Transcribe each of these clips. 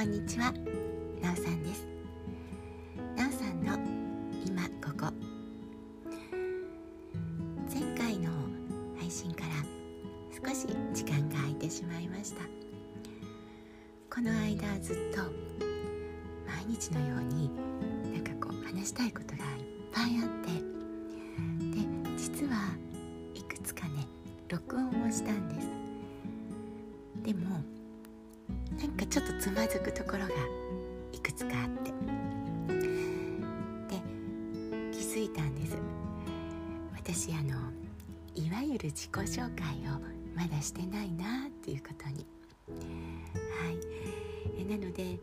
こんにちは、なおさんです。なおさんの今ここ。前回の配信から少し時間が空いてしまいました。この間ずっと毎日のように話したいことがいっぱいあって、で実はいくつかね録音をしたんです。でもちょっとつまずくところがいくつかあって、で気づいたんです。私いわゆる自己紹介をまだしてないなっていうことに、なので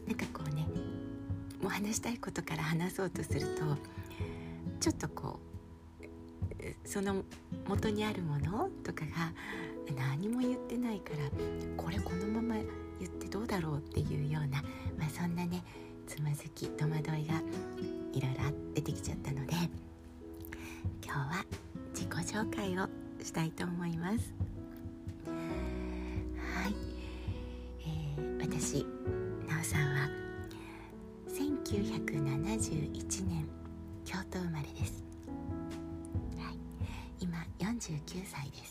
もう話したいことから話そうとするとちょっとその元にあるものとかが何も言ってないから、このまま言ってどうだろうっていうような、そんなねつまずき戸惑いがいろいろ出てきちゃったので、今日は自己紹介をしたいと思います。私なおさんは1971年京都生まれです。今49歳です。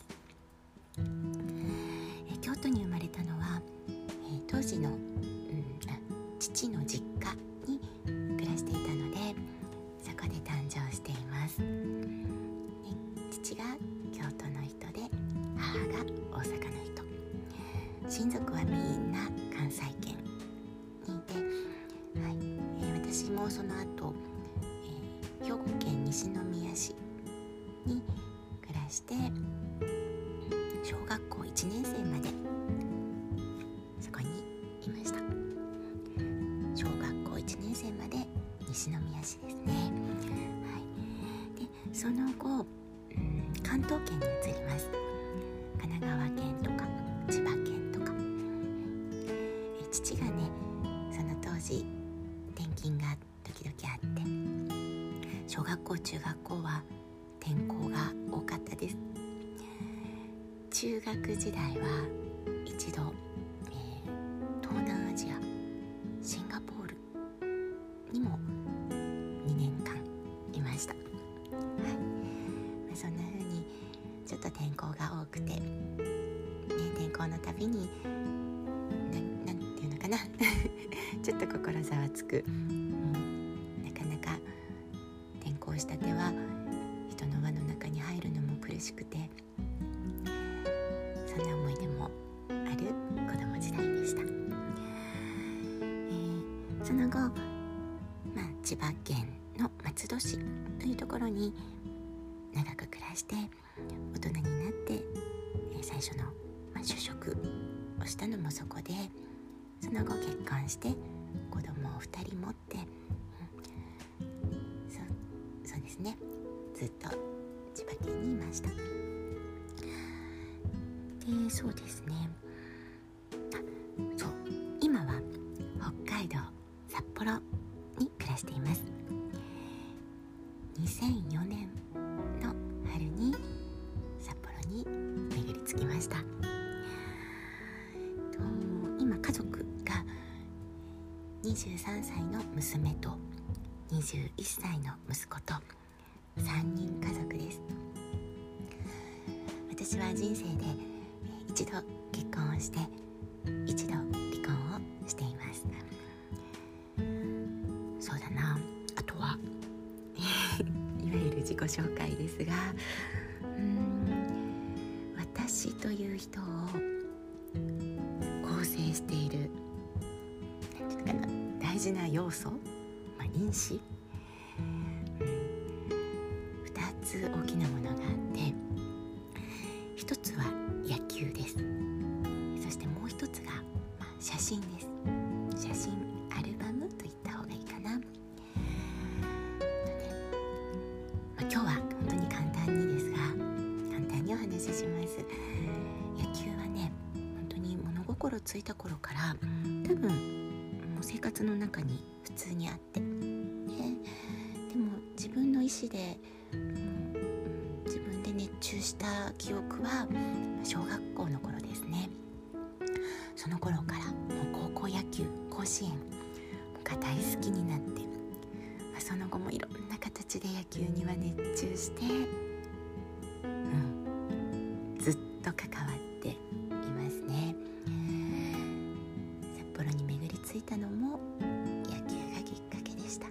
京都に生まれたのは、当時の、父の実家に暮らしていたので、そこで誕生しています。父が京都の人で、母が大阪の人。親族はみんな関西圏にいて、私もその後、兵庫県西宮市に暮らして小学校1年生までそこにいました。小学校1年生まで西宮市ですね。でその後、関東圏に移ります。神奈川県とか千葉県とか、父がねその当時転勤が時々あって、小学校中学校は転校が多かったです。中学時代は一度、東南アジアシンガポールにも2年間いました。そんな風にちょっと転校が多くて、転校のたびになんていうのかなちょっと心ざわつく、なかなか転校したては人の輪の中に入るのも苦しくて、そんな思い出もある子供時代でした。その後、千葉県の松戸市というところに長く暮らして、大人になって、最初の、就職をしたのもそこで、その後結婚して子供を2人持って、そうですね、ずっと千葉県にいました。でそうですね、今は北海道札幌に暮らしています。2004年の春に札幌に巡り着きました。今家族が23歳の娘と21歳の息子と3人家族です。私は人生で一度結婚をして一度離婚をしています。そうだな、あとはいわゆる自己紹介ですが、私という人を構成している大事な要素、因子、2つ大きなものがあって、一つは野球です。そしてもう一つが、写真です。写真アルバムと言った方がいいかな。今日は本当に簡単にですが、簡単にお話しします。野球はね、本当に物心ついた頃から多分もう生活の中に普通にあって、でも自分の意思で自分で熱中した記憶は小学校の頃ですね。 その頃からもう高校野球甲子園が大好きになって、その後もいろんな形で野球には熱中して、ずっと関わっていますね。札幌に巡り着いたのも野球がきっかけでした。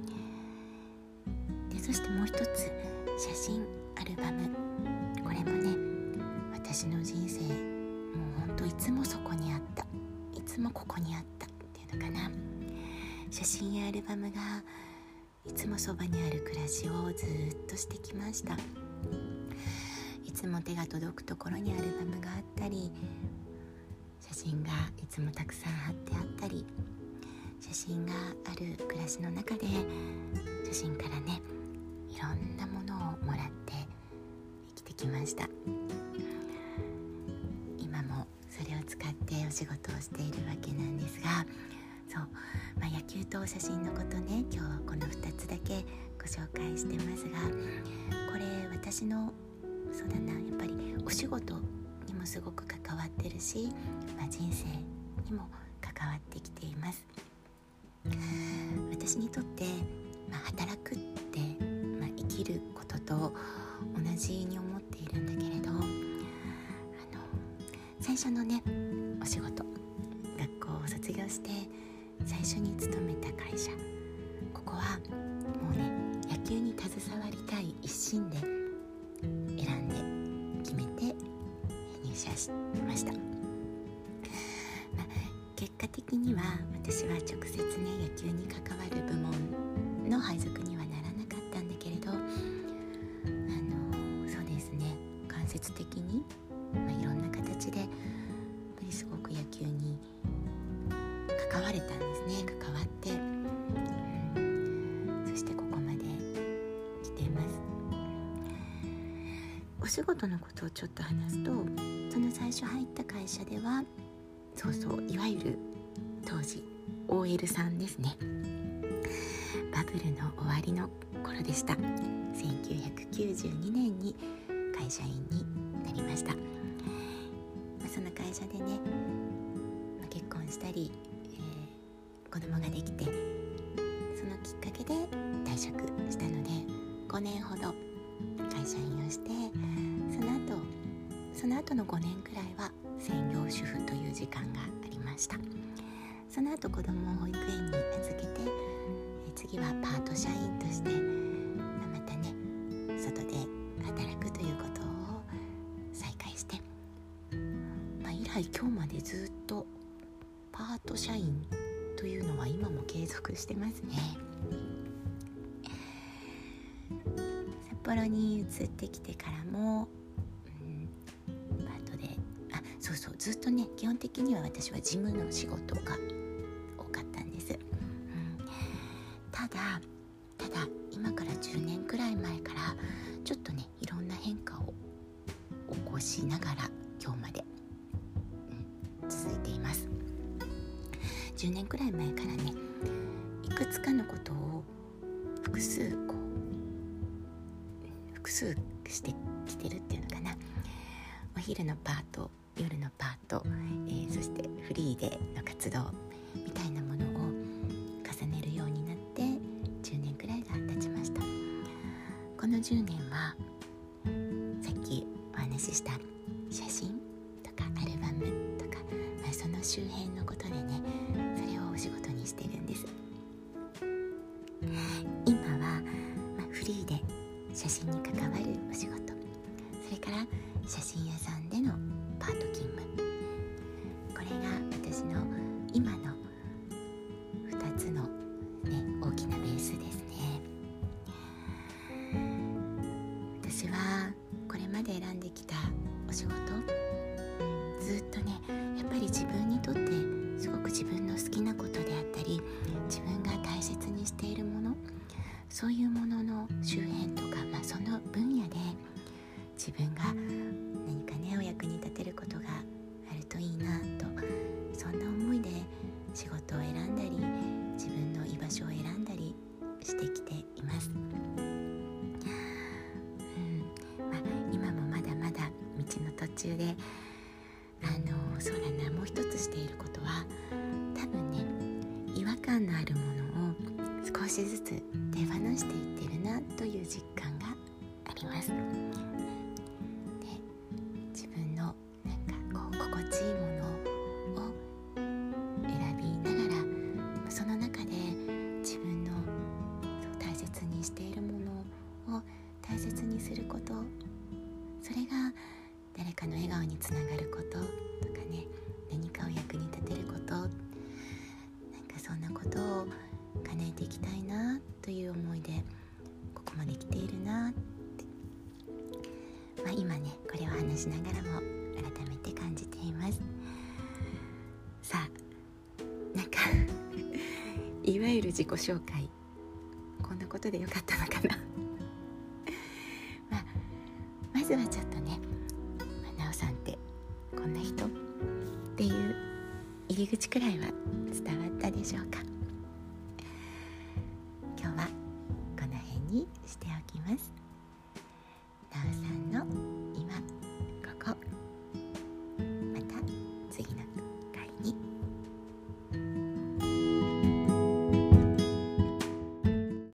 でそしてもう一つ、写真アルバム。これもね、私の人生もうほんといつもそこにあった、いつもここにあったっていうのかな。写真やアルバムがいつもそばにある暮らしをずっとしてきました。いつも手が届くところにアルバムがあったり、写真がいつもたくさん貼ってあったり、写真がある暮らしの中で写真からね、いろんなものをもらって生きてきました。今もそれを使ってお仕事をしているわけなんですが、野球と写真のことね、今日はこの2つだけご紹介してますが、これ私のやっぱりお仕事にもすごく関わってるし、人生にも関わってきています。私にとって、働くって、生きることと同じに思っているんだけれど、最初のねお仕事、学校を卒業して最初に勤めた会社、ここはもうね、野球に携わりたい一心で選んで決めて入社しました。結果的には私は直接ね野球に関わる部門の配属にはならなかったんだけれど、そうですね、間接的に、いろんな形でやっぱりすごく野球に関われたんですね。関わって、そしてここまで来ています。お仕事のことをちょっと話すと、その最初入った会社では、いわゆる当時 OL さんですね。バブルの終わりの頃でした。1992年に会社員になりました。その会社でね、結婚したり、子供ができて、そのきっかけで退職したので5年ほど会社員をして、その後の5年くらいは専業主婦という時間がありました。その後子供を保育園に預けて、次はパート社員として、またね外で働くということを再開して、以来今日までずっとパート社員というのは今も継続してますね。札幌に移ってきてからも、パートでずっとね、基本的には私は事務の仕事が多かったんです。ただ今から10年くらい前からちょっとね、いろんな変化を起こしながら今日まで、続いています。10年くらい前からね、いくつかのことを複数してきてるっていうのかな。お昼のパート、夜のパート、そしてフリーでの活動みたいなものを重ねるようになって10年くらいが経ちました。この10年はさっきお話しした写真とかアルバムとか、その周辺のことでね、それをお仕事にしてるんです。今は、フリーで写真に関わるお仕事、それから写真屋さんでのパート勤務、これが私の今の2つの、大きなベースですね。私はこれまで選んできたお仕事、ずっとね、やっぱり自分にとってすごく自分の好きなことであったり、自分が大切にしているもの、そういうものの周辺とか、その分野で自分が何かねお役に立てることがあるといいなと、そんな思いで仕事を選んだり、自分の居場所を選んだりしてきています。今もまだまだ道の途中で、 そうだな、もう一つしていることは、多分ね、違和感のあるものを少しずつ手放していってるなという実感があります。で、自分の心地いいものを選びながら、その中で自分の大切にしているものを大切にすること、それが誰かの笑顔につながることとかね、何かを役に立てること、そんなことを叶えていきたいなという思いでここまで来ているなって、今ねこれを話しながらも改めて感じています。さあ、いわゆる自己紹介、こんなことでよかったのかなまずはちょっとね、なおさんってこんな人っていう入り口くらいは伝わったでしょうか。今日はこの辺にしておきます。なおさんの